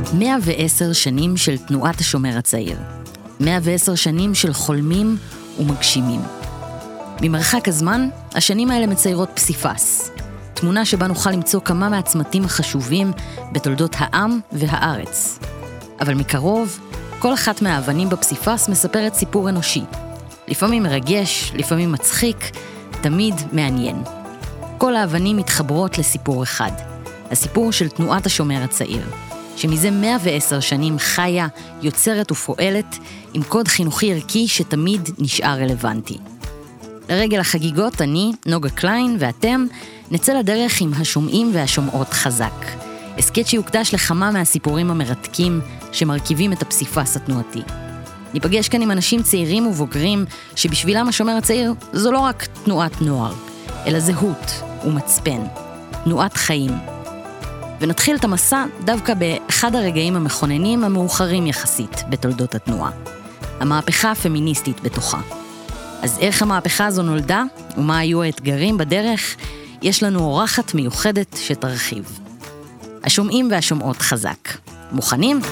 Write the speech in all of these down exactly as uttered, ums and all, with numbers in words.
מאה ועשר שנים של תנועת השומר הצעיר. מאה ועשר שנים של חולמים ומגשימים. ממרחק הזמן, השנים האלה מציירות פסיפס. תמונה שבה נוכל למצוא כמה מהצמתים החשובים בתולדות העם והארץ. אבל מקרוב, כל אחת מהאבנים בפסיפס מספרת סיפור אנושי. לפעמים מרגש, לפעמים מצחיק, תמיד מעניין. כל האבנים מתחברות לסיפור אחד. הסיפור של תנועת השומר הצעיר. שמזה מאה ועשר שנים חיה, יוצרת ופועלת עם קוד חינוכי ערכי שתמיד נשאר רלוונטי. לרגל החגיגות אני, נוגה קליין ואתם, נצא לדרך עם השומעים והשומעות חזק. הסקט שיוקדש לכמה מהסיפורים המרתקים שמרכיבים את הפסיפס התנועתי. ניפגש כאן עם אנשים צעירים ובוגרים שבשבילם השומר הצעיר זו לא רק תנועת נוער, אלא זהות ומצפן, תנועת חיים. ונתחיל את המסע דווקא באחד הרגעים המכוננים המאוחרים יחסית בתולדות התנועה. המהפכה הפמיניסטית בתוכה. אז איך המהפכה הזו נולדה ומה היו האתגרים בדרך, יש לנו אורחת מיוחדת שתרחיב. השומעים והשומעות חזק. מוכנים?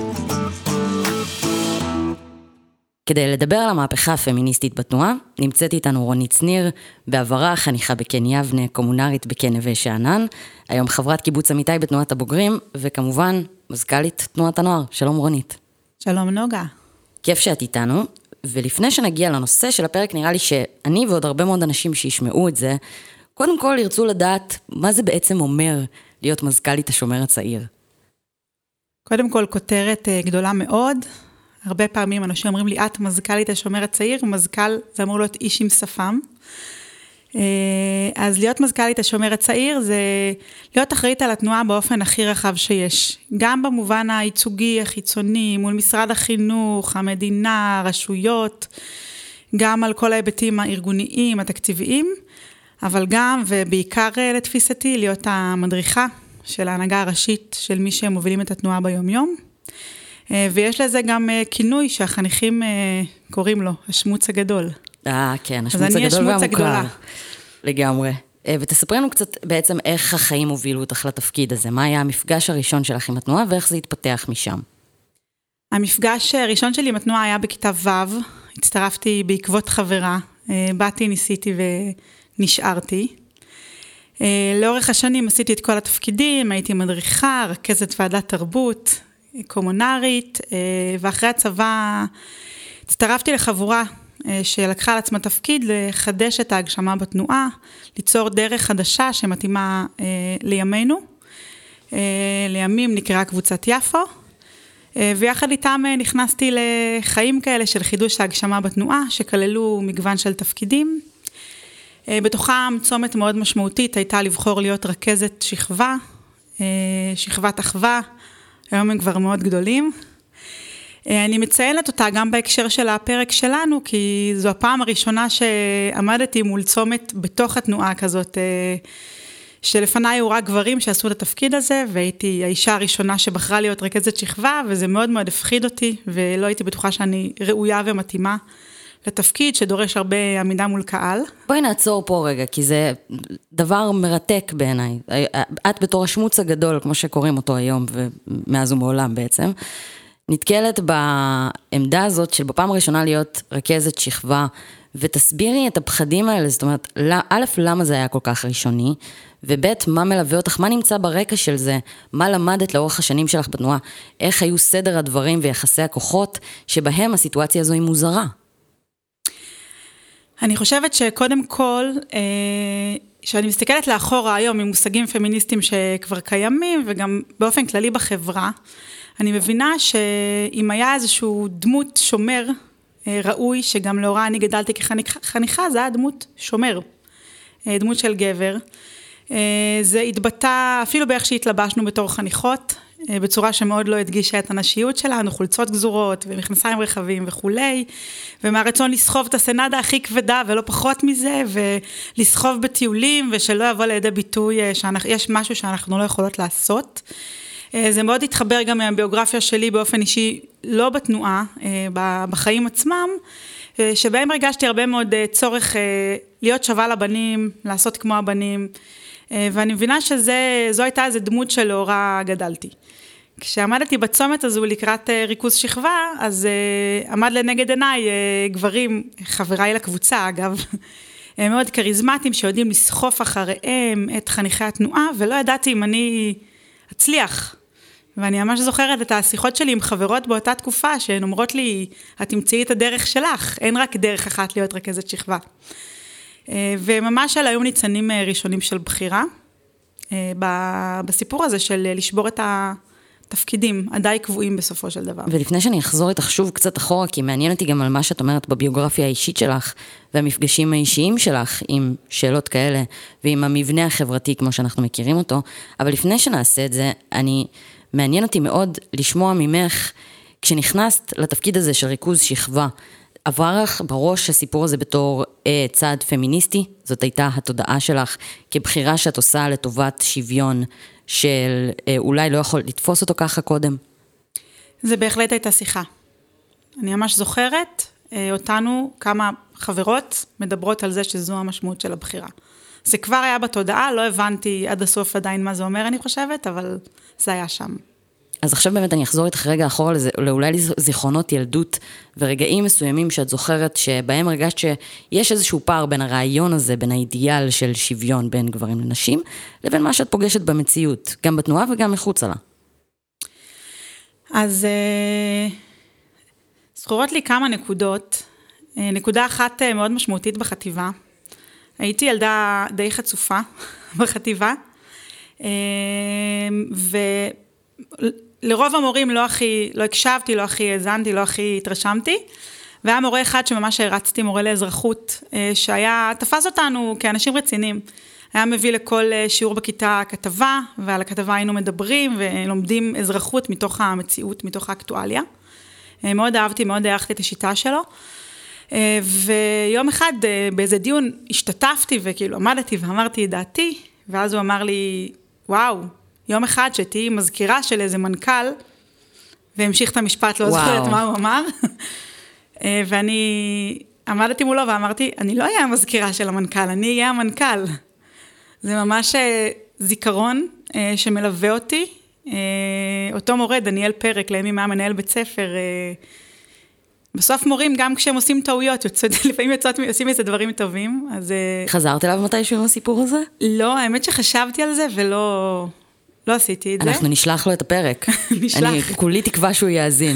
כדי לדבר על המהפכה הפמיניסטית בתנועה, נמצאת איתנו רונית שניר, בעברה חניכה בקן יבנה, קומונרית בקן נווה שאנן, היום חברת קיבוץ אמיתי בתנועת הבוגרים, וכמובן מזכ"לית תנועת הנוער. שלום רונית. שלום נוגה. כיף שאת איתנו, ולפני שנגיע לנושא של הפרק, נראה לי שאני ועוד הרבה מאוד אנשים שישמעו את זה, קודם כל ירצו לדעת מה זה בעצם אומר להיות מזכ"לית השומר הצעיר. קודם כל כותרת גדולה מאוד, הרבה פעמים אנשים אומרים לי, את מזכ"לית השומר הצעיר, מזכ"ל זה אמור להיות איש עם שפם. אז להיות מזכ"לית השומר הצעיר זה להיות אחראית על התנועה באופן הכי רחב שיש. גם במובן הייצוגי, החיצוני, מול משרד החינוך, המדינה, הרשויות, גם על כל ההיבטים הארגוניים, התקציביים, אבל גם ובעיקר לתפיסתי להיות המדריכה של ההנהגה הראשית של מי שמובילים את התנועה ביום-יום. ויש לזה גם כינוי שהחניכים קוראים לו, השמוץ הגדול. אה, כן, השמוץ הגדול והמוכר. לגמרי. ותספרי לנו קצת בעצם איך החיים הובילו אותך לתפקיד הזה. מה היה המפגש הראשון שלך עם התנועה ואיך זה התפתח משם? המפגש הראשון שלי עם התנועה היה בכיתה ו', הצטרפתי בעקבות חברה, באתי, ניסיתי ונשארתי. לאורך השנים עשיתי את כל התפקידים, הייתי מדריכה, רכזת ועדת תרבות, קומונרית, ואחרי הצבא הצטרפתי לחבורה שלקחה על עצמה תפקיד לחדש את ההגשמה בתנועה, ליצור דרך חדשה שמתאימה לימינו. לימים נקראה קבוצת יפו, ויחד איתם נכנסתי לחיים כאלה של חידוש ההגשמה בתנועה, שכללו מגוון של תפקידים. בתוכם צומת מאוד משמעותית הייתה לבחור להיות רכזת שכבה, שכבת אחווה, היום הם כבר מאוד גדולים. אני מציינת אותה גם בהקשר של הפרק שלנו, כי זו הפעם הראשונה שעמדתי מול צומת בתוך התנועה כזאת, שלפניי היו רק גברים שעשו את התפקיד הזה, והייתי האישה הראשונה שבחרה להיות רכזת שכבה, וזה מאוד מאוד הפחיד אותי, ולא הייתי בטוחה שאני ראויה ומתאימה לתפקיד שדורש הרבה עמידה מול קהל. בואי נעצור פה רגע, כי זה דבר מרתק בעיניי. את בתור השמוץ הגדול, כמו שקוראים אותו היום, ומאז ומעולם בעצם, נתקלת בעמדה הזאת של בפעם הראשונה להיות רכזת שכבה, ותסבירי את הפחדים האלה, זאת אומרת, א', למה זה היה כל כך ראשוני, וב', מה מלווה אותך, מה נמצא ברקע של זה, מה למדת לאורך השנים שלך בתנועה, איך היו סדר הדברים ויחסי הכוחות, שבהם הסיטואציה הזו היא מוזרה. אני חושבת שקודם כל, שאני מסתכלת לאחורה היום עם מושגים פמיניסטיים שכבר קיימים, וגם באופן כללי בחברה, אני מבינה שאם היה איזשהו דמות שומר ראוי, שגם לאורה אני גדלתי כחניכה, זה היה דמות שומר, דמות של גבר. זה התבטא אפילו באיך שהתלבשנו בתור חניכות, בצורה שמאוד לא הדגישה את הנשיות שלנו, חולצות גזורות ומכנסיים רחבים וכולי, ומהרצון לסחוב את הסנדה הכי כבדה ולא פחות מזה, ולסחוב בטיולים ושלא יבוא לידי ביטוי שיש משהו שאנחנו לא יכולות לעשות. זה מאוד התחבר גם מהביוגרפיה שלי באופן אישי, לא בתנועה, בחיים עצמם, שבהם הרגשתי הרבה מאוד צורך להיות שווה לבנים, לעשות כמו הבנים, ואני מבינה שזו הייתה איזו דמות שלאורה גדלתי. כשעמדתי בצומת הזו לקראת ריכוז שכבה, אז עמד לנגד עיניי גברים, חבריי לקבוצה אגב, הם מאוד קריזמטיים שיודעים לסחוף אחריהם את חניכי התנועה, ולא ידעתי אם אני אצליח. ואני ממש זוכרת את השיחות שלי עם חברות באותה תקופה, שהן אומרות לי, את תמצאי את הדרך שלך, אין רק דרך אחת להיות רכזת שכבה. וממש על היום ניצנים ראשונים של בחירה, בסיפור הזה של לשבור את התפקידים, עדיין קבועים בסופו של דבר. ולפני שאני אחזור איתך שוב קצת אחורה, כי מעניין אותי גם על מה שאת אומרת בביוגרפיה האישית שלך, והמפגשים האישיים שלך עם שאלות כאלה, ועם המבנה החברתי כמו שאנחנו מכירים אותו, אבל לפני שנעשה את זה, אני, מעניין אותי מאוד לשמוע ממך, כשנכנסת לתפקיד הזה של ריכוז שכבה, עבר לך בראש הסיפור הזה בתור אה, צעד פמיניסטי, זאת הייתה התודעה שלך כבחירה שאת עושה לטובת שוויון של אה, אולי לא יכול לתפוס אותו ככה קודם? זה בהחלט הייתה שיחה. אני ממש זוכרת אה, אותנו כמה חברות מדברות על זה שזו המשמעות של הבחירה. זה כבר היה בתודעה, לא הבנתי עד הסוף עדיין מה זה אומר אני חושבת, אבל זה היה שם. אז עכשיו באמת אני אחזור איתך רגע אחורה לאולי זיכרונות ילדות ורגעים מסוימים שאת זוכרת שבהם הרגשת שיש איזשהו פער בין הרעיון הזה, בין האידיאל של שוויון בין גברים לנשים, לבין מה שאת פוגשת במציאות, גם בתנועה וגם מחוץ לה. אז זכורות לי כמה נקודות. נקודה אחת מאוד משמעותית בחטיבה. הייתי ילדה די חצופה בחטיבה, ו... לרוב המורים לא הכי, לא הקשבתי, לא הכי האזנתי, לא הכי התרשמתי, והיה מורה אחד שממש הרצתי, מורה לאזרחות, שהיה, תפס אותנו כאנשים רציניים, היה מביא לכל שיעור בכיתה כתבה, ועל הכתבה היינו מדברים ולומדים אזרחות מתוך המציאות, מתוך האקטואליה. מאוד אהבתי, מאוד הערכתי את השיטה שלו, ויום אחד באיזה דיון השתתפתי וכאילו עמדתי ואמרתי את דעתי, ואז הוא אמר לי, וואו, יום אחד שתהי מזכירה של איזה מנכ"ל, והמשיך את המשפט, לא זוכרת מה הוא אמר, ואני עמדתי מולו ואמרתי, אני לא אהיה המזכירה של המנכ"ל, אני אהיה המנכ"ל. זה ממש זיכרון שמלווה אותי. אותו מורה, דניאל פרק, לימים היה מנהל בית ספר, בסוף מורים, גם כשהם עושים טעויות, לפעמים יוצאות, עושים איזה דברים טובים, אז... חזרת אליו מתישהו עם הסיפור הזה? לא, האמת שחשבתי על זה ולא... לא עשיתי את זה. אנחנו נשלח לו את הפרק. נשלח. אני כולי תקווה שהוא יאזין.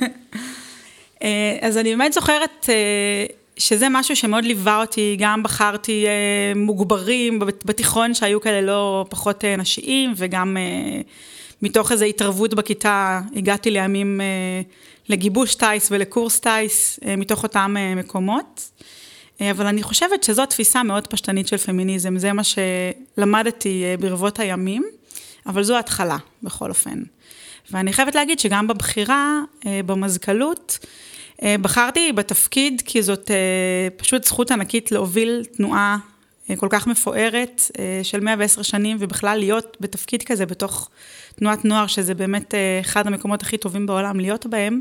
אז אני באמת זוכרת שזה משהו שמאוד ליווה אותי, גם בחרתי מוגברים בתיכון שהיו כאלה לא פחות נשיים, וגם מתוך איזו התערבות בכיתה הגעתי לימים לגיבוש טייס ולקורס טייס, מתוך אותם מקומות. אבל אני חושבת שזו תפיסה מאוד פשטנית של פמיניזם, זה מה שלמדתי ברבות הימים, אבל זו התחלה, בכל אופן. ואני חייבת להגיד שגם בבחירה, במזכ"לות, בחרתי בתפקיד, כי זאת פשוט זכות ענקית להוביל תנועה כל כך מפוארת של מאה ועשר שנים, ובכלל להיות בתפקיד כזה, בתוך תנועת נוער, שזה באמת אחד המקומות הכי טובים בעולם להיות בהם.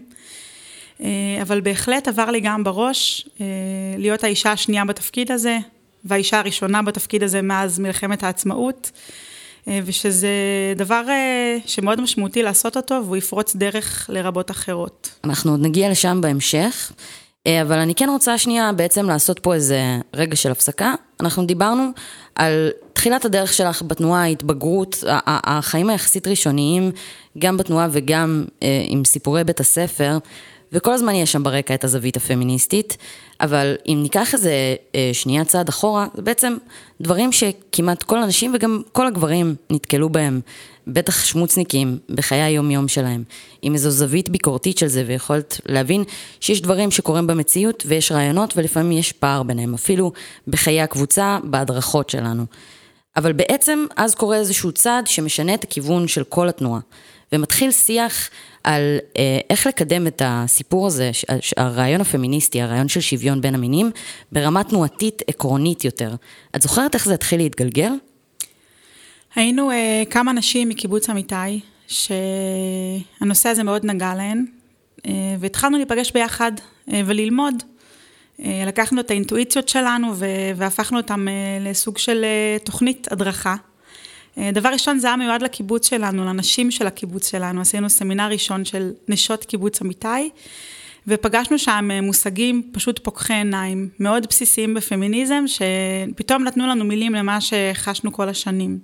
אבל בהחלט עבר לי גם בראש להיות האישה השנייה בתפקיד הזה, והאישה הראשונה בתפקיד הזה מאז מלחמת העצמאות, ושזה דבר שמאוד משמעותי לעשות אותו, והוא יפרוץ דרך לרבות אחרות. אנחנו עוד נגיע לשם בהמשך, אבל אני כן רוצה שנייה בעצם לעשות פה איזה רגע של הפסקה. אנחנו דיברנו על תחילת הדרך שלך בתנועה, ההתבגרות, החיים היחסית ראשוניים, גם בתנועה וגם עם סיפורי בית הספר, וכל הזמן יש שם ברקע את הזווית הפמיניסטית, אבל אם ניקח איזה שנייה צעד אחורה, זה בעצם דברים שכמעט כל האנשים וגם כל הגברים נתקלו בהם, בטח שמוצניקים בחיי היום-יום שלהם, עם איזו זווית ביקורתית של זה, ויכולת להבין שיש דברים שקורים במציאות, ויש רעיונות, ולפעמים יש פער ביניהם, אפילו בחיי הקבוצה, בהדרכות שלנו. אבל בעצם אז קורה איזשהו צעד שמשנה את הכיוון של כל התנועה, ומתחיל שיח על אה, איך לקדם את הסיפור הזה, הרעיון הפמיניסטי, הרעיון של שוויון בין המינים, ברמה תנועתית עקרונית יותר. את זוכרת איך זה התחיל להתגלגל? היינו אה, כמה נשים מקיבוץ אמיתי, שהנושא הזה מאוד נגע להן, אה, והתחלנו להיפגש ביחד אה, וללמוד. אה, לקחנו את האינטואיציות שלנו, והפכנו אותם אה, לסוג של אה, תוכנית הדרכה, דבר ראשון, זה היה מיועד לקיבוץ שלנו, לנשים של הקיבוץ שלנו. עשינו סמינר ראשון של נשות קיבוץ אמיתי, ופגשנו שם מושגים פשוט פוקחי עיניים, מאוד בסיסיים בפמיניזם, שפתאום נתנו לנו מילים למה שחשנו כל השנים.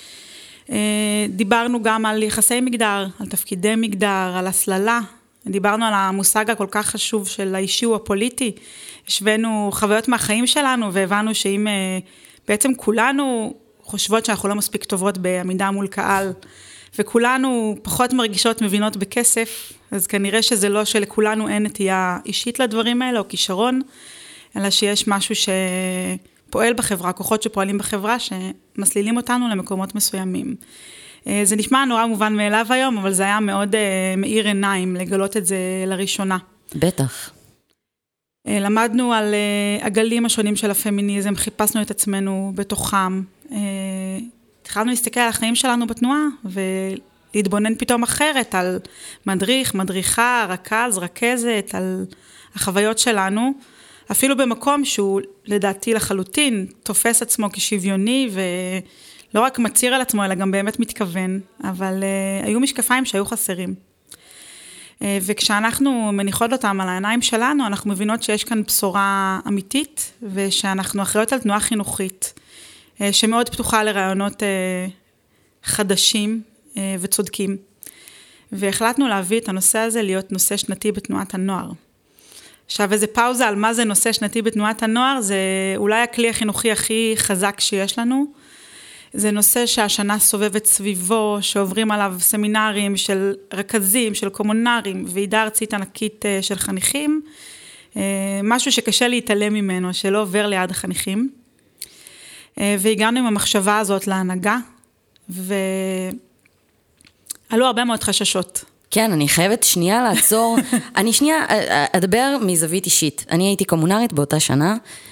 דיברנו גם על יחסי מגדר, על תפקידי מגדר, על הסללה. דיברנו על המושג הכל כך חשוב של האישי הפוליטי. השווינו חוויות מהחיים שלנו, והבנו שאם בעצם כולנו חושבות שאנחנו לא מספיק טובות בעמידה מול קהל, וכולנו פחות מרגישות מבינות בכסף, אז כנראה שזה לא שלכולנו אין נטייה אישית לדברים האלה, או כישרון, אלא שיש משהו שפועל בחברה, כוחות שפועלים בחברה, שמסלילים אותנו למקומות מסוימים. זה נשמע נורא מובן מאליו היום, אבל זה היה מאוד מאיר עיניים לגלות את זה לראשונה. בטח. למדנו על הגלים השונים של הפמיניזם, חיפשנו את עצמנו בתוכם, התחלנו להסתכל על החיים שלנו בתנועה, ולהתבונן פתאום אחרת על מדריך, מדריכה, רכז, רכזת, על החוויות שלנו, אפילו במקום שהוא לדעתי לחלוטין, תופס עצמו כשוויוני, ולא רק מציר על עצמו, אלא גם באמת מתכוון, אבל היו משקפיים שהיו חסרים. וכשאנחנו מניחות אותם על העיניים שלנו, אנחנו מבינות שיש כאן בשורה אמיתית, ושאנחנו אחריות על תנועה חינוכית, שמאוד פתוחה לרעיונות חדשים וצודקים. והחלטנו להביא את הנושא הזה להיות נושא שנתי בתנועת הנוער. עכשיו, איזה פאוזה על מה זה נושא שנתי בתנועת הנוער, זה אולי הכלי החינוכי הכי חזק שיש לנו. זה נושא שהשנה סובבת סביבו, שעוברים עליו סמינרים של רכזים, של קומונרים, ועידה ארצית ענקית של חניכים, משהו שקשה להתעלם ממנו, שלא עובר ליד החניכים. והגענו עם המחשבה הזאת להנהגה, ועלו הרבה מאוד חששות. כן, אני חייבת שנייה לעצור, אני שנייה אדבר מזווית אישית. אני הייתי קומונרית באותה שנה,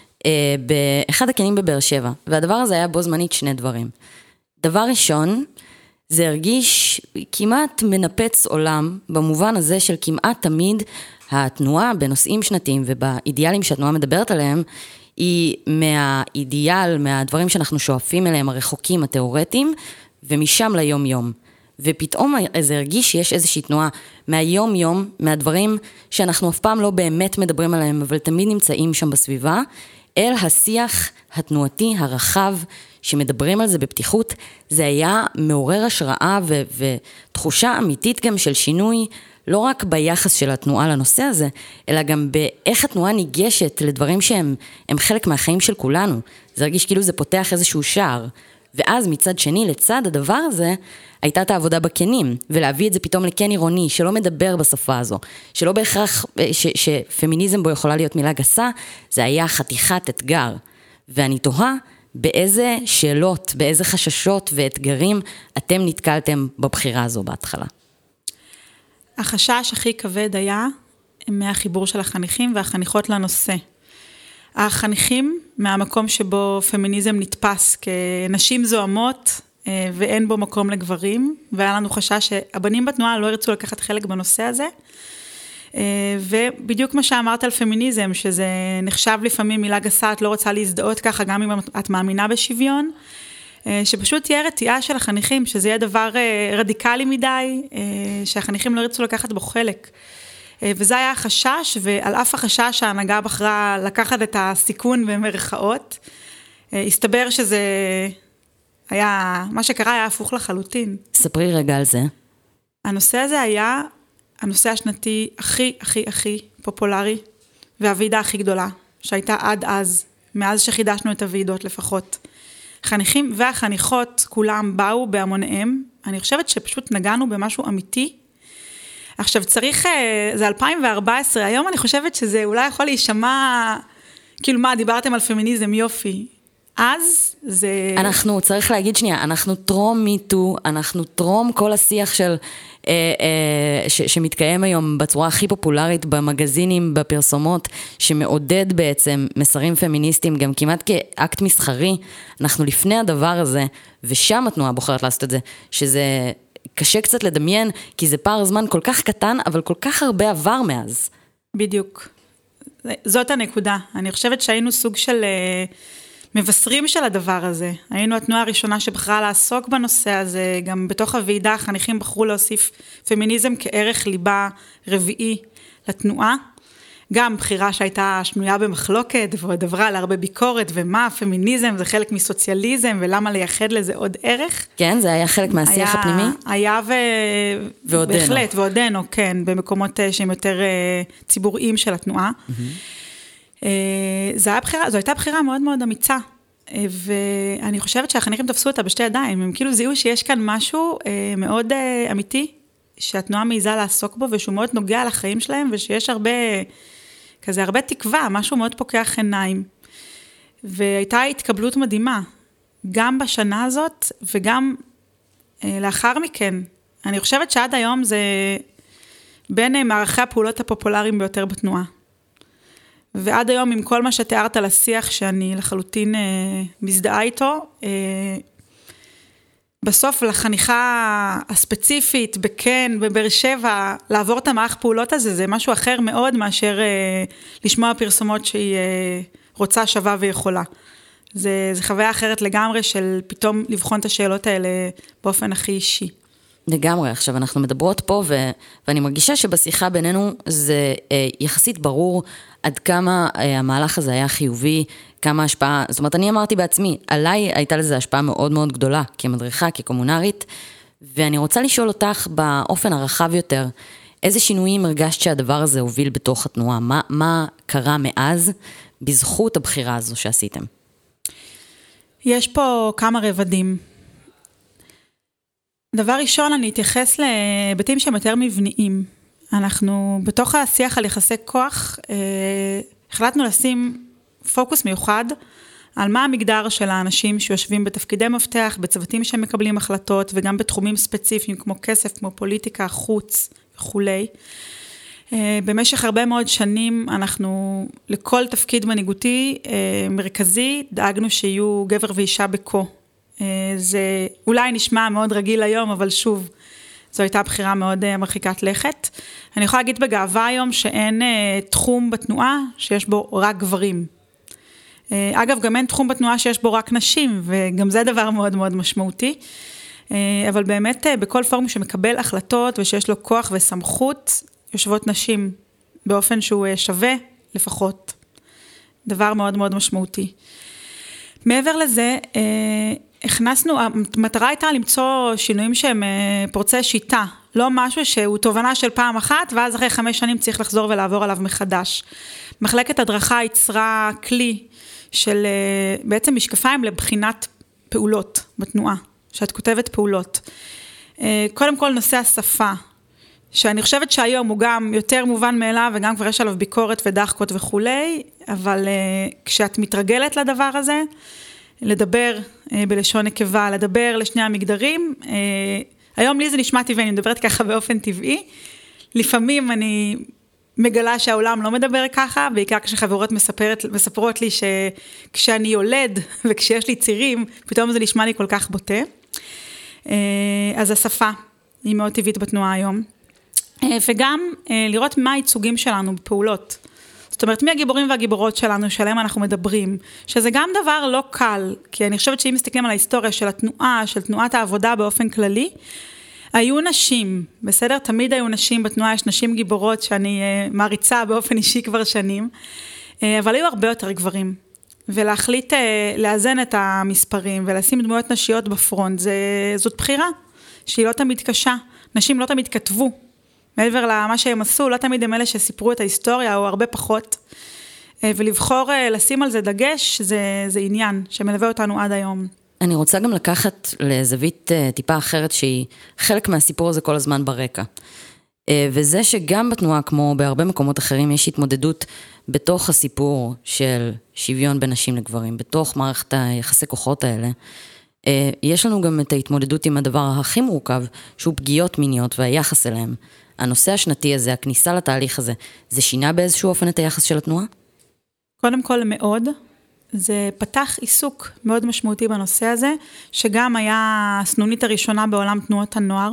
באחד הקנים בבאר שבע, והדבר הזה היה בו זמנית שני דברים. דבר ראשון, זה הרגיש כמעט מנפץ עולם, במובן הזה של כמעט תמיד התנועה בנושאים שנתיים ובאידיאלים שהתנועה מדברת עליהם, היא מהאידיאל, מהדברים שאנחנו שואפים אליהם, הרחוקים, התיאורטיים, ומשם ליום יום. ופתאום זה הרגיש שיש איזושהי תנועה מהיום יום, מהדברים שאנחנו אף פעם לא באמת מדברים עליהם, אבל תמיד נמצאים שם בסביבה, אל השיח התנועתי הרחב, שמדברים על זה בפתיחות, זה היה מעורר השראה ו- ותחושה אמיתית גם של שינוי, לא רק ביחס של התנועה לנושא הזה, אלא גם באיך התנועה ניגשת לדברים שהם הם חלק מהחיים של כולנו. זה הרגיש כאילו זה פותח איזשהו שער. ואז מצד שני, לצד הדבר הזה, הייתה את העבודה בקנים, ולהביא את זה פתאום לקן עירוני, שלא מדבר בשפה הזו, שלא בהכרח ש- שפמיניזם בו יכולה להיות מילה גסה, זה היה חתיכת אתגר. ואני תוהה באיזה שאלות, באיזה חששות ואתגרים אתם נתקלתם בבחירה הזו בהתחלה. החשש הכי כבד היה מהחיבור של החניכים והחניכות לנושא. החניכים מהמקום שבו פמיניזם נתפס כנשים זוהמות ואין בו מקום לגברים, והיה לנו חשש שהבנים בתנועה לא ירצו לקחת חלק בנושא הזה, ובדיוק מה שאמרת על פמיניזם, שזה נחשב לפעמים מילה גסה, את לא רוצה להזדהות ככה, גם אם את מאמינה בשוויון, שפשוט תהיה רתיעה של החניכים, שזה יהיה דבר רדיקלי מדי, שהחניכים לא ירצו לקחת בו חלק. וזה היה החשש, ועל אף החשש ההנהגה בחרה לקחת את הסיכון במרכאות, הסתבר שזה היה, מה שקרה היה הפוך לחלוטין. ספרי רגע על זה. הנושא הזה היה הנושא השנתי הכי, הכי, הכי פופולרי, והוועידה הכי גדולה, שהייתה עד אז, מאז שחידשנו את הוועידות לפחות. חניכים והחניכות כולם באו בהמוניהם, אני חושבת שפשוט נגענו במשהו אמיתי. עכשיו צריך, זה אלפיים וארבע עשרה, היום אני חושבת שזה אולי יכול להישמע, כאילו מה, דיברתם על פמיניזם, יופי. אז זה... אנחנו, צריך להגיד שנייה, אנחנו טרום מיטו, אנחנו טרום כל השיח של, אה, אה, ש, שמתקיים היום בצורה הכי פופולרית במגזינים, בפרסומות, שמעודד בעצם מסרים פמיניסטיים, גם כמעט כאקט מסחרי, אנחנו לפני הדבר הזה, ושם התנועה בוחרת לעשות את זה, שזה קשה קצת לדמיין, כי זה פער זמן כל כך קטן, אבל כל כך הרבה עבר מאז. בדיוק. זאת הנקודה. אני חושבת שהיינו סוג של... מבשרים של הדבר הזה. היינו התנועה הראשונה שבחרה לעסוק בנושא הזה, גם בתוך הוועידה החניכים בחרו להוסיף פמיניזם כערך ליבה רביעי לתנועה, גם בחירה שהייתה שנויה במחלוקת, ועוד עברה להרבה ביקורת, ומה פמיניזם, זה חלק מסוציאליזם, ולמה לייחד לזה עוד ערך. כן, זה היה חלק מהשיח היה, הפנימי? היה ו... ועודנו. בהחלט, ועודנו, כן, במקומות שהם יותר ציבוריים של התנועה. Mm-hmm. זו, היה בחירה, זו הייתה בחירה מאוד מאוד אמיצה, ואני חושבת שהחניכים תפסו אותה בשתי ידיים, הם כאילו זיהו שיש כאן משהו מאוד אמיתי, שהתנועה מעיזה לעסוק בו, ושהוא מאוד נוגע לחיים שלהם, ושיש הרבה... כזה הרבה תקווה, משהו מאוד פוקח עיניים. והייתה התקבלות מדהימה, גם בשנה הזאת, וגם אה, לאחר מכן. אני חושבת שעד היום זה בין אה, מערכי הפעולות הפופולריים ביותר בתנועה. ועד היום עם כל מה שתיארת על השיח, שאני לחלוטין אה, מזדהה איתו, אה, בסוף לחניכה הספציפית, בכן, בבאר שבע, לעבור את המערך פעולות הזה, זה משהו אחר מאוד מאשר אה, לשמוע פרסומות שהיא אה, רוצה, שווה ויכולה. זה, זה חוויה אחרת לגמרי של פתאום לבחון את השאלות האלה באופן הכי אישי. לגמרי, עכשיו אנחנו מדברות פה, ו- ואני מרגישה שבשיחה בינינו זה אה, יחסית ברור עד כמה אה, המהלך הזה היה חיובי, כמה השפעה, זאת אומרת, אני אמרתי בעצמי, עליי הייתה לזה השפעה מאוד מאוד גדולה, כמדריכה, כקומונרית, ואני רוצה לשאול אותך באופן הרחב יותר, איזה שינויים הרגשת שהדבר הזה הוביל בתוך התנועה? מה, מה קרה מאז בזכות הבחירה הזו שעשיתם? יש פה כמה רבדים. דבר ראשון, אני אתייחס להיבטים שהם יותר מבניים. אנחנו, בתוך השיח על יחסי כוח, אה, החלטנו לשים פוקוס מיוחד על מה המגדר של האנשים שיושבים בתפקידי מפתח, בצוותים שמקבלים החלטות, וגם בתחומים ספציפיים כמו כסף, כמו פוליטיקה, חוץ וכולי. אה, במשך הרבה מאוד שנים אנחנו, לכל תפקיד מנהיגותי אה, מרכזי, דאגנו שיהיו גבר ואישה בקו. זה אולי נשמע מאוד רגיל היום, אבל שוב, זו הייתה בחירה מאוד מרחיקת לכת. אני יכולה להגיד בגאווה היום שאין תחום בתנועה שיש בו רק גברים. אגב, גם אין תחום בתנועה שיש בו רק נשים, וגם זה דבר מאוד מאוד משמעותי. אבל באמת בכל פורום שמקבל החלטות ושיש לו כוח וסמכות, יושבות נשים באופן שהוא שווה לפחות. דבר מאוד מאוד משמעותי. מעבר לזה, הכנסנו, המטרה הייתה למצוא שינויים שהם פורצי שיטה, לא משהו שהוא תובנה של פעם אחת, ואז אחרי חמש שנים צריך לחזור ולעבור עליו מחדש. מחלקת הדרכה יצרה כלי של בעצם משקפיים לבחינת פעולות בתנועה, שאת כותבת פעולות. קודם כל נושא השפה, שאני חושבת שהיום הוא גם יותר מובן מאליו, וגם כבר יש עליו ביקורת ודחקות וכולי, אבל כשאת מתרגלת לדבר הזה, לדבר בלשון נקבה, לדבר לשני המגדרים, היום לי זה נשמע טבעי, אני מדברת ככה באופן טבעי, לפעמים אני מגלה שהעולם לא מדבר ככה, בעיקר כשחברות מספרת, מספרות לי שכשאני יולד וכשיש לי צירים, פתאום זה נשמע לי כל כך בוטה. אז השפה היא מאוד טבעית בתנועה היום, וגם לראות מה הייצוגים שלנו בפעולות. זאת אומרת, מי הגיבורים והגיבורות שלנו, שעליהם אנחנו מדברים, שזה גם דבר לא קל, כי אני חושבת שאם מסתכלים על ההיסטוריה של התנועה, של תנועת העבודה באופן כללי, היו נשים, בסדר? תמיד היו נשים בתנועה, יש נשים גיבורות שאני uh, מעריצה באופן אישי כבר שנים, uh, אבל היו הרבה יותר גברים, ולהחליט uh, לאזן את המספרים, ולשים דמויות נשיות בפרונט, זה, זאת בחירה, שהיא לא תמיד קשה, נשים לא תמיד כתבו, מעבר למה שהם עשו, לא תמיד הם אלה שסיפרו את ההיסטוריה, או הרבה פחות, ולבחור לשים על זה דגש, זה, זה עניין שמלווה אותנו עד היום. אני רוצה גם לקחת לזווית טיפה אחרת, שהיא חלק מהסיפור הזה כל הזמן ברקע. וזה שגם בתנועה, כמו בהרבה מקומות אחרים, יש התמודדות בתוך הסיפור של שוויון בין נשים לגברים, בתוך מערכת היחסי כוחות האלה, יש לנו גם את ההתמודדות עם הדבר הכי מורכב, שהוא פגיעות מיניות והיחס אליהם. הנושא השנתי הזה, הכניסה לתהליך הזה, זה שינה באיזשהו אופן את היחס של התנועה? קודם כל מאוד, זה פתח עיסוק מאוד משמעותי בנושא הזה, שגם היה הסנונית הראשונה בעולם תנועות הנוער.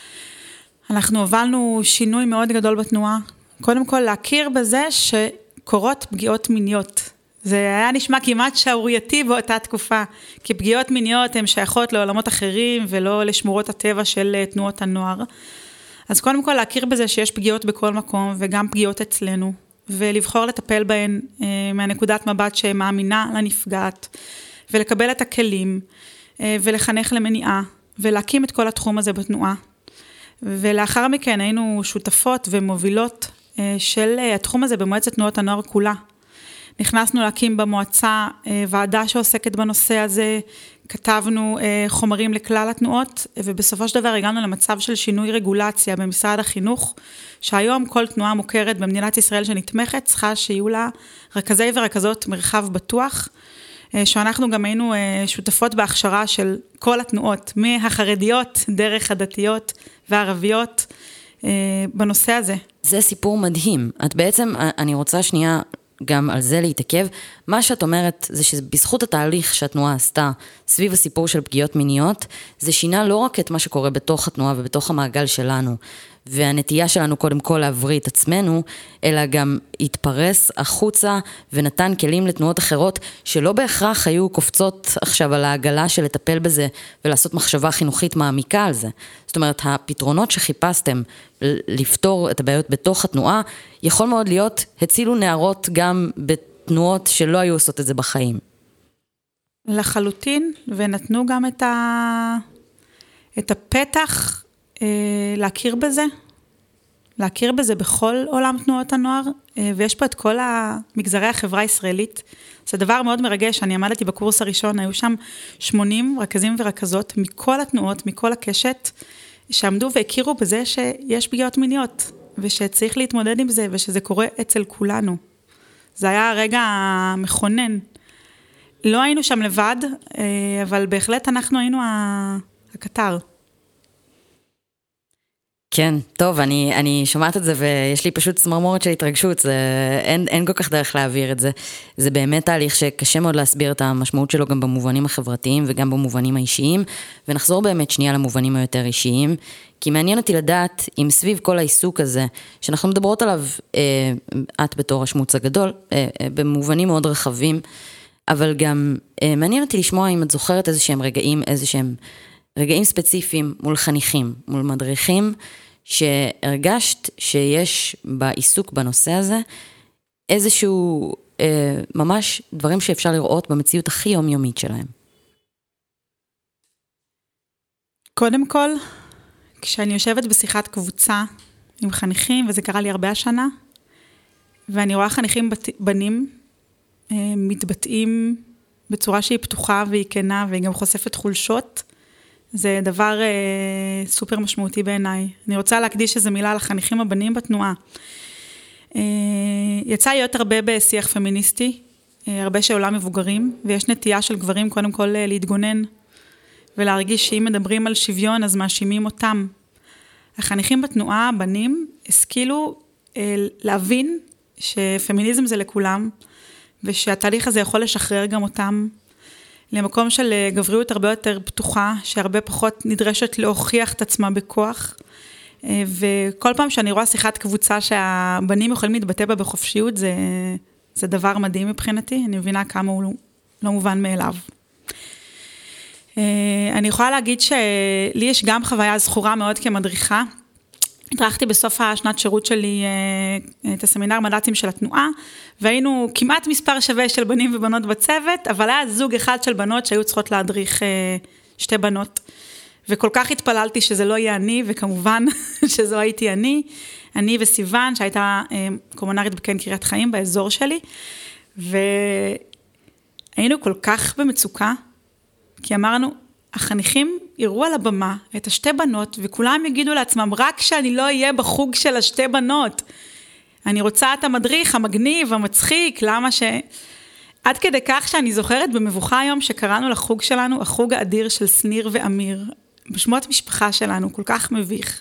אנחנו הובלנו שינוי מאוד גדול בתנועה, קודם כל להכיר בזה שקורות פגיעות מיניות, זה היה נשמע כמעט שערורייתי באותה תקופה, כי פגיעות מיניות הן שייכות לעולמות אחרים, ולא לשמורות הטבע של תנועות הנוער. אז קודם כל להכיר בזה שיש פגיעות בכל מקום, וגם פגיעות אצלנו, ולבחור לטפל בהן מהנקודת מבט שמאמינה לנפגעת, ולקבל את הכלים, ולחנך למניעה, ולהקים את כל התחום הזה בתנועה. ולאחר מכן היינו שותפות ומובילות של התחום הזה במועצת תנועות הנוער כולה. נכנסנו להקים במועצה ועדה שעוסקת בנושא הזה, כתבנו חומרים לכלל התנועות, ובסופו של דבר הגענו למצב של שינוי רגולציה במשרד החינוך, שהיום כל תנועה מוכרת במדינת ישראל שנתמכת, צריכה שיהיו לה רכזי ורכזות מרחב בטוח, שאנחנו גם היינו שותפות בהכשרה של כל התנועות, מהחרדיות, דרך הדתיות והערביות, בנושא הזה. זה סיפור מדהים. את בעצם, אני רוצה שנייה גם על זה להתעכב. מה שאת אומרת זה שבזכות התהליך שהתנועה עשתה סביב הסיפור של פגיעות מיניות, זה שינה לא רק את מה שקורה בתוך התנועה ובתוך המעגל שלנו, והנטייה שלנו קודם כל להבריא את עצמנו, אלא גם התפרס החוצה ונתן כלים לתנועות אחרות, שלא בהכרח היו קופצות עכשיו על העגלה של לטפל בזה, ולעשות מחשבה חינוכית מעמיקה על זה. זאת אומרת, הפתרונות שחיפשתם לפתור את הבעיות בתוך התנועה, יכול מאוד להיות, הצילו נערות גם בתנועות שלא היו עושות את זה בחיים. לחלוטין, ונתנו גם את, ה... את הפתח להכיר בזה, להכיר בזה בכל עולם תנועות הנוער, ויש פה את כל המגזרי החברה הישראלית. זה דבר מאוד מרגש, אני עמדתי בקורס הראשון, היו שם שמונים רכזים ורכזות מכל התנועות, מכל הקשת, שעמדו והכירו בזה שיש פגיעות מיניות, ושצריך להתמודד עם זה, ושזה קורה אצל כולנו. זה היה הרגע מכונן. לא היינו שם לבד, אבל בהחלט אנחנו היינו הקטר. כן, טוב, אני, אני שומעת את זה ויש לי פשוט צמרמורת של התרגשות, זה, אין, אין כל כך דרך להעביר את זה. זה באמת תהליך שקשה מאוד להסביר את המשמעות שלו גם במובנים החברתיים וגם במובנים האישיים, ונחזור באמת שנייה למובנים היותר אישיים, כי מעניין אותי לדעת אם סביב כל העיסוק הזה, שאנחנו מדברות עליו, אה, את בתור השמוץ הגדול, אה, אה, במובנים מאוד רחבים, אבל גם אה, מעניין אותי לשמוע אם את זוכרת איזה שהם רגעים, איזה שהם רגעים ספציפיים מול חניכים, מול מדריכים, שהרגשת שיש בעיסוק בנושא הזה, איזשהו, אה, ממש דברים שאפשר לראות במציאות הכי יומיומית שלהם. קודם כל, כשאני יושבת בשיחת קבוצה עם חניכים, וזה קרה לי הרבה השנה, ואני רואה חניכים בנים, אה, מתבטאים בצורה שהיא פתוחה והיא כנה, והיא גם חושפת חולשות, זה דבר אה, סופר משמעותי בעיניי. אני רוצה להקדיש איזו מילה לחניכים הבנים בתנועה. אה, יצא להיות הרבה בשיח פמיניסטי, אה, הרבה של עולם מבוגרים, ויש נטייה של גברים קודם כל אה, להתגונן, ולהרגיש שאם מדברים על שוויון, אז מאשימים אותם. החניכים בתנועה, הבנים, השכילו אה, להבין שפמיניזם זה לכולם, ושהתהליך הזה יכול לשחרר גם אותם, למקום של גבריות הרבה יותר פתוחה, שהרבה פחות נדרשת להוכיח את עצמה בכוח, וכל פעם שאני רואה שיחת קבוצה שהבנים יכולים להתבטא בה בחופשיות, זה, זה דבר מדהים מבחינתי, אני מבינה כמה הוא לא מובן מאליו. אני יכולה להגיד שלי יש גם חוויה זכורה מאוד כמדריכה, הדרכתי בסוף השנת שירות שלי את הסמינר מד"צים של התנועה, והיינו כמעט מספר שווה של בנים ובנות בצוות, אבל היה זוג אחד של בנות שהיו צריכות להדריך שתי בנות, וכל כך התפללתי שזה לא יהיה אני, וכמובן שזו הייתי אני, אני וסיוון, שהייתה קומונרית בקן קריית חיים באזור שלי, והיינו כל כך במצוקה, כי אמרנו, החניכים יראו על הבמה את השתי בנות, וכולם יגידו לעצמם, רק שאני לא אהיה בחוג של השתי בנות. אני רוצה את המדריך, המגניב, המצחיק, למה ש... עד כדי כך שאני זוכרת במבוכה היום שקראנו לחוג שלנו, החוג האדיר של סניר ואמיר, בשמות משפחה שלנו, כל כך מביך.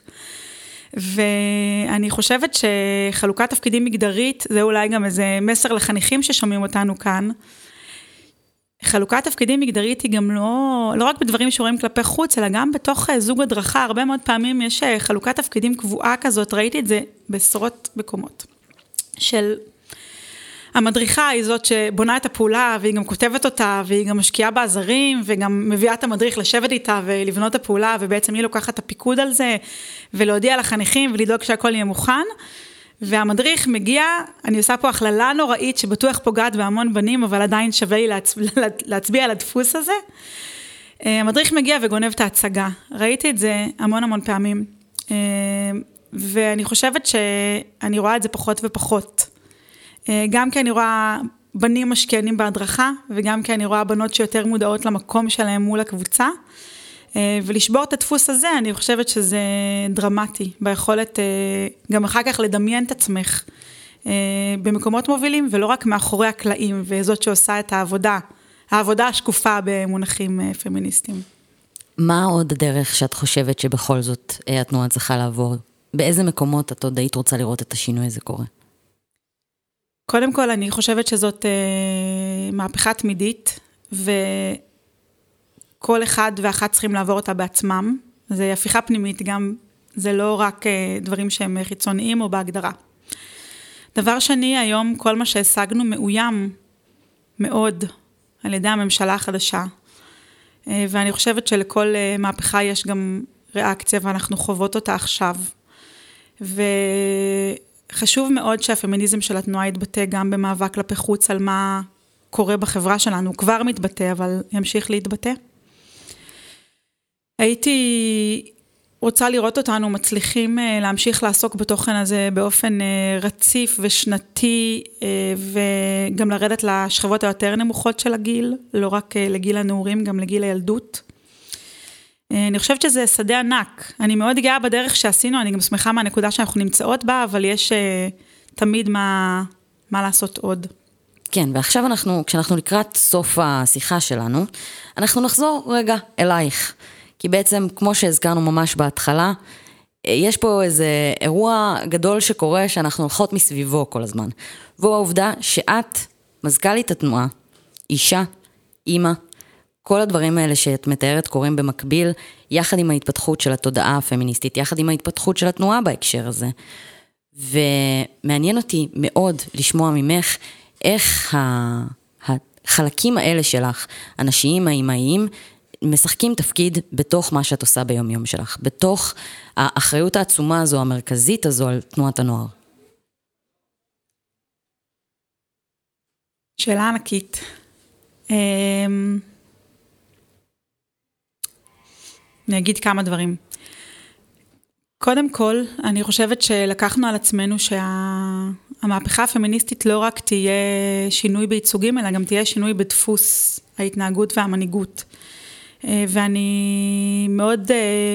ואני חושבת שחלוקת תפקידים מגדרית, זה אולי גם איזה מסר לחניכים ששומעים אותנו כאן, חלוקת תפקידים מגדרית היא גם לא, לא רק בדברים שרואים כלפי חוץ, אלא גם בתוך זוג הדרכה, הרבה מאוד פעמים יש חלוקת תפקידים קבועה כזאת, ראיתי את זה בעשרות מקומות, של המדריכה היא זאת שבונה את הפעולה, והיא גם כותבת אותה, והיא גם משקיעה בעזרים, וגם מביאה את המדריך לשבת איתה ולבנות את הפעולה, ובעצם היא לוקחת את הפיקוד על זה, ולהודיע לחניכים ולדאוג שהכל יהיה מוכן. והמדריך מגיע, אני עושה פה הכללה נוראית, שבטוח פוגעת בהמון בנים, אבל עדיין שווה לי להצ... להצביע על הדפוס הזה. המדריך מגיע וגונב את ההצגה. ראיתי את זה המון המון פעמים. ואני חושבת שאני רואה את זה פחות ופחות. גם כי אני רואה בנים משקיענים בהדרכה, וגם כי אני רואה בנות שיותר מודעות למקום שלהם מול הקבוצה, ולשבור את הדפוס הזה, אני חושבת שזה דרמטי, ביכולת גם אחר כך לדמיין את עצמך, במקומות מובילים, ולא רק מאחורי הקלעים, וזאת שעושה את העבודה, העבודה השקופה במונחים פמיניסטיים. מה עוד הדרך שאת חושבת שבכל זאת התנועה צריכה לעבור? באיזה מקומות את עוד היית רוצה לראות את השינוי הזה קורה? קודם כל, אני חושבת שזאת אה, מהפכה תמידית, וכל אחד ואחת צריכים לעבור אותה בעצמם. זה הפיכה פנימית, גם זה לא רק אה, דברים שהם חיצוניים או בהגדרה. דבר שני, היום כל מה שהשגנו מאוים מאוד על ידי הממשלה החדשה, אה, ואני חושבת שלכל אה, מהפכה יש גם ריאקציה, ואנחנו חוות אותה עכשיו. ו... חשוב מאוד שהפמיניזם של התנועה יתבטא גם במאבק כלפי חוץ על מה קורה בחברה שלנו. הוא כבר מתבטא, אבל ימשיך להתבטא. הייתי רוצה לראות אותנו מצליחים להמשיך לעסוק בתוכן הזה באופן רציף ושנתי, וגם לרדת לשכבות היותר נמוכות של הגיל, לא רק לגיל הנעורים, גם לגיל הילדות. אני חושבת שזה שדה ענק. אני מאוד גאה בדרך שעשינו, אני גם שמחה מהנקודה שאנחנו נמצאות בה, אבל יש uh, תמיד מה, מה לעשות עוד. כן, ועכשיו אנחנו, כשאנחנו לקראת סוף השיחה שלנו, אנחנו נחזור רגע אלייך. כי בעצם, כמו שהזכרנו ממש בהתחלה, יש פה איזה אירוע גדול שקורה שאנחנו הולכות מסביבו כל הזמן. והוא העובדה שאת מזכ"לית התנועה, אישה, אימא, כל הדברים האלה שאת מתארת קורים במקביל, יחד עם ההתפתחות של התודעה הפמיניסטית, יחד עם ההתפתחות של התנועה בהקשר הזה. ומעניין אותי מאוד לשמוע ממך, איך החלקים האלה שלך, הנשיים, האימהיים, משחקים תפקיד בתוך מה שאת עושה ביום יום שלך, בתוך האחריות העצומה הזו, המרכזית הזו על תנועת הנוער. שאלה ענקית. אני אגיד כמה דברים. קודם כל, אני חושבת שלקחנו על עצמנו שהמהפכה הפמיניסטית לא רק תהיה שינוי בייצוגים, אלא גם תהיה שינוי בדפוס ההתנהגות והמנהיגות. ואני מאוד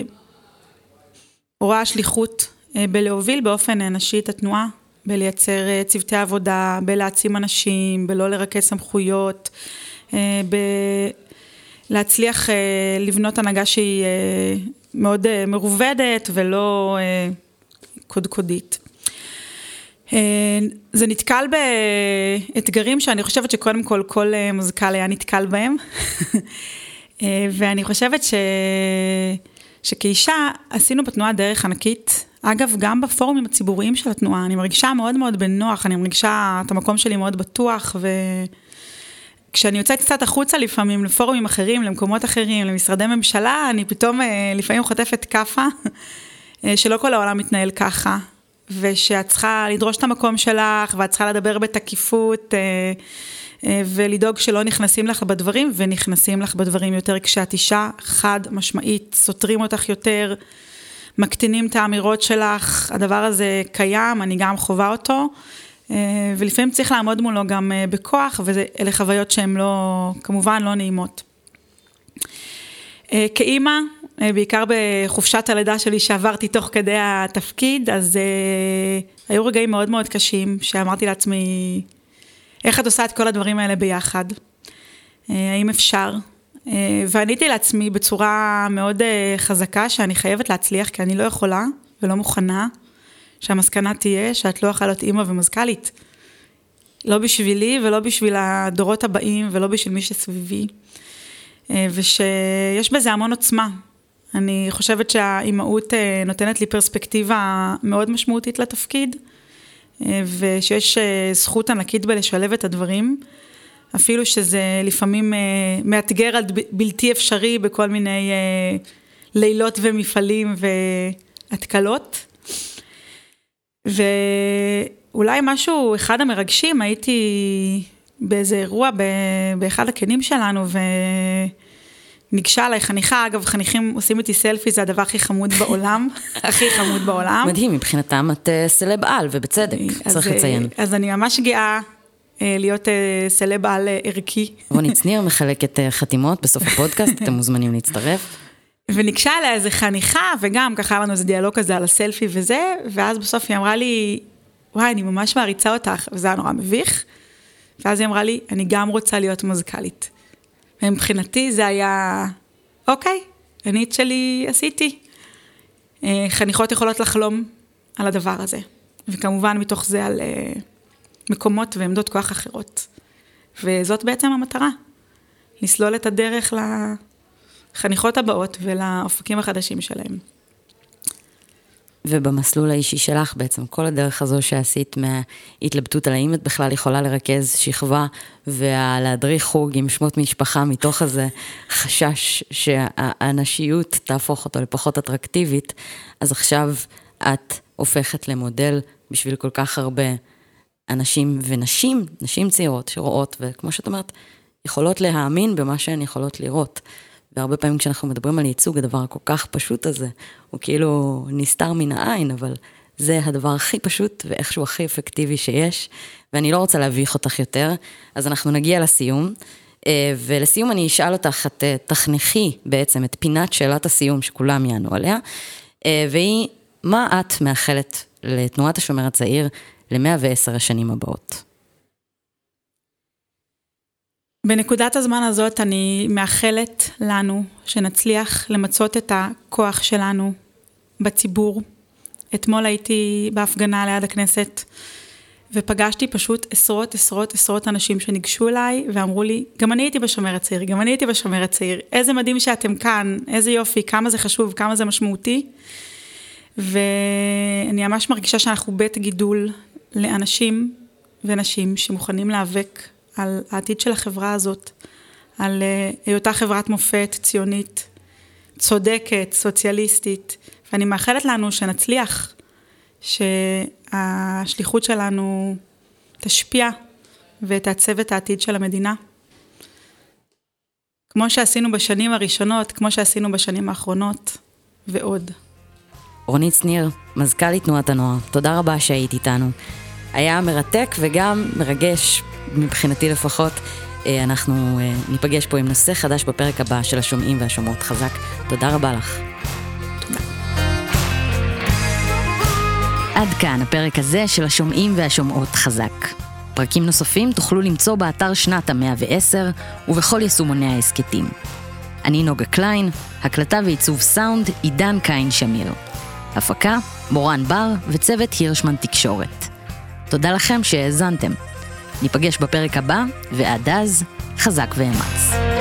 רואה שליחות בלהוביל באופן אנשי את התנועה, בלייצר צוותי עבודה, בלהעצים אנשים, בלא לרכז סמכויות, ב... להצליח לבנות הנהגה שהיא מאוד מרובדת ולא קודקודית. זה נתקל באתגרים שאני חושבת שקודם כל כל מוזיקל היה נתקל בהם. ואני חושבת ש... שכאישה עשינו בתנועה דרך ענקית. אגב, גם בפורומים הציבוריים של התנועה, אני מרגישה מאוד מאוד בנוח, אני מרגישה את המקום שלי מאוד בטוח ו... כשאני יוצאת קצת החוצה לפעמים, לפורומים אחרים, למקומות אחרים, למשרדי ממשלה, אני פתאום לפעמים חוטפת קפה, שלא כל העולם מתנהל ככה, ושאת צריכה לדרוש את המקום שלך, ואת צריכה לדבר בתקיפות, ולדאוג שלא נכנסים לך בדברים, ונכנסים לך בדברים יותר כשאת אישה, חד משמעית, סותרים אותך יותר, מקטינים את האמירות שלך, הדבר הזה קיים, אני גם חובה אותו, ולפעמים צריך לעמוד מולו גם בכוח, ואלה חוויות שהן לא, כמובן לא נעימות. כאימא, בעיקר בחופשת הלידה שלי שעברתי תוך כדי התפקיד, אז היו רגעים מאוד מאוד קשים, שאמרתי לעצמי, איך את עושה את כל הדברים האלה ביחד? האם אפשר? ועניתי לעצמי בצורה מאוד חזקה, שאני חייבת להצליח, כי אני לא יכולה ולא מוכנה, שהמסקנה תהיה שאת לא יכולה להיות אימא ומזכ"לית. לא בשבילי ולא בשביל הדורות הבאים ולא בשביל מי שסביבי. ושיש בזה המון עוצמה. אני חושבת שהאימהות נותנת לי פרספקטיבה מאוד משמעותית לתפקיד. ושיש זכות ענקית בלשלב את הדברים, אפילו שזה לפעמים מאתגר עד בלתי אפשרי בכל מיני לילות ומפעלים והתקלות. ואולי משהו, אחד המרגשים, הייתי באיזה אירוע באחד הכנים שלנו, וניגשה עליי חניכה, אגב, חניכים עושים איתי סלפי, זה הדבר הכי חמוד בעולם, הכי חמוד בעולם. מדהים, מבחינתם את סלב על, ובצדק, צריך לציין. אז אני ממש גאה להיות סלב על ערכי. רוני צניר מחלקת חתימות בסוף הפודקאסט, אתם מוזמנים להצטרף. וניגשה עליה איזה חניכה, וגם ככה היה לנו איזה דיאלוג כזה על הסלפי וזה, ואז בסוף היא אמרה לי, וואי, אני ממש מעריצה אותך, וזה היה נורא מביך, ואז היא אמרה לי, אני גם רוצה להיות מוזיקלית. ומבחינתי זה היה, אוקיי, אני את שלי עשיתי. חניכות יכולות לחלום על הדבר הזה, וכמובן מתוך זה על מקומות ועמדות כוח אחרות. וזאת בעצם המטרה, לסלול את הדרך לחניכות הבאות ולאופקים החדשים שלהם. ובמסלול האישי שלך בעצם, כל הדרך הזו שעשית מההתלבטות על האם את בכלל יכולה לרכז שכבה, ולהדריך חוג עם שמות משפחה מתוך הזה חשש שהאנשיות תהפוך אותו לפחות אטרקטיבית, אז עכשיו את הופכת למודל בשביל כל כך הרבה אנשים ונשים, נשים צעירות שרואות, וכמו שאת אומרת, יכולות להאמין במה שהן יכולות לראות. והרבה פעמים כשאנחנו מדברים על ייצוג, הדבר הכל כך פשוט הזה, הוא כאילו נסתר מן העין, אבל זה הדבר הכי פשוט ואיכשהו הכי אפקטיבי שיש, ואני לא רוצה להביך אותך יותר, אז אנחנו נגיע לסיום, ולסיום אני אשאל אותך, את תחנכי בעצם את פינת שאלת הסיום שכולם יענו עליה, והיא, מה את מאחלת לתנועת השומר הצעיר ל-מאה ועשר השנים הבאות? בנקודת הזמן הזאת אני מאחלת לנו שנצליח למצות את הכוח שלנו בציבור. אתמול הייתי בהפגנה ליד הכנסת, ופגשתי פשוט עשרות, עשרות, עשרות אנשים שניגשו אליי, ואמרו לי, גם אני הייתי בשומר הצעיר, גם אני הייתי בשומר הצעיר, איזה מדהים שאתם כאן, איזה יופי, כמה זה חשוב, כמה זה משמעותי. ואני ממש מרגישה שאנחנו בית גידול לאנשים ונשים שמוכנים להיאבק על העתיד של החברה הזאת, על היותה חברת מופת, ציונית, צודקת, סוציאליסטית, ואני מאחלת לנו שנצליח, שהשליחות שלנו תשפיע ותעצב את העתיד של המדינה. כמו שעשינו בשנים הראשונות, כמו שעשינו בשנים האחרונות, ועוד. רוני צניר, מזכ"לית תנועת הנוער, תודה רבה שהיית איתנו. היה מרתק וגם מרגש, מבחינתי לפחות. אנחנו ניפגש פה עם נושא חדש בפרק הבא של השומעים והשומעות חזק. תודה רבה לך. תודה. עד כאן הפרק הזה של השומעים והשומעות חזק. פרקים נוספים תוכלו למצוא באתר שנת המאה ועשר ובכל יישומוני העסקתים. אני נוגה קליין, הקלטה ועיצוב סאונד עידן קין שמיר. הפקה, מורן בר וצוות הירשמן תקשורת. תודה לכם שהאזנתם. ניפגש בפרק הבא, ועד אז, חזק ואמץ.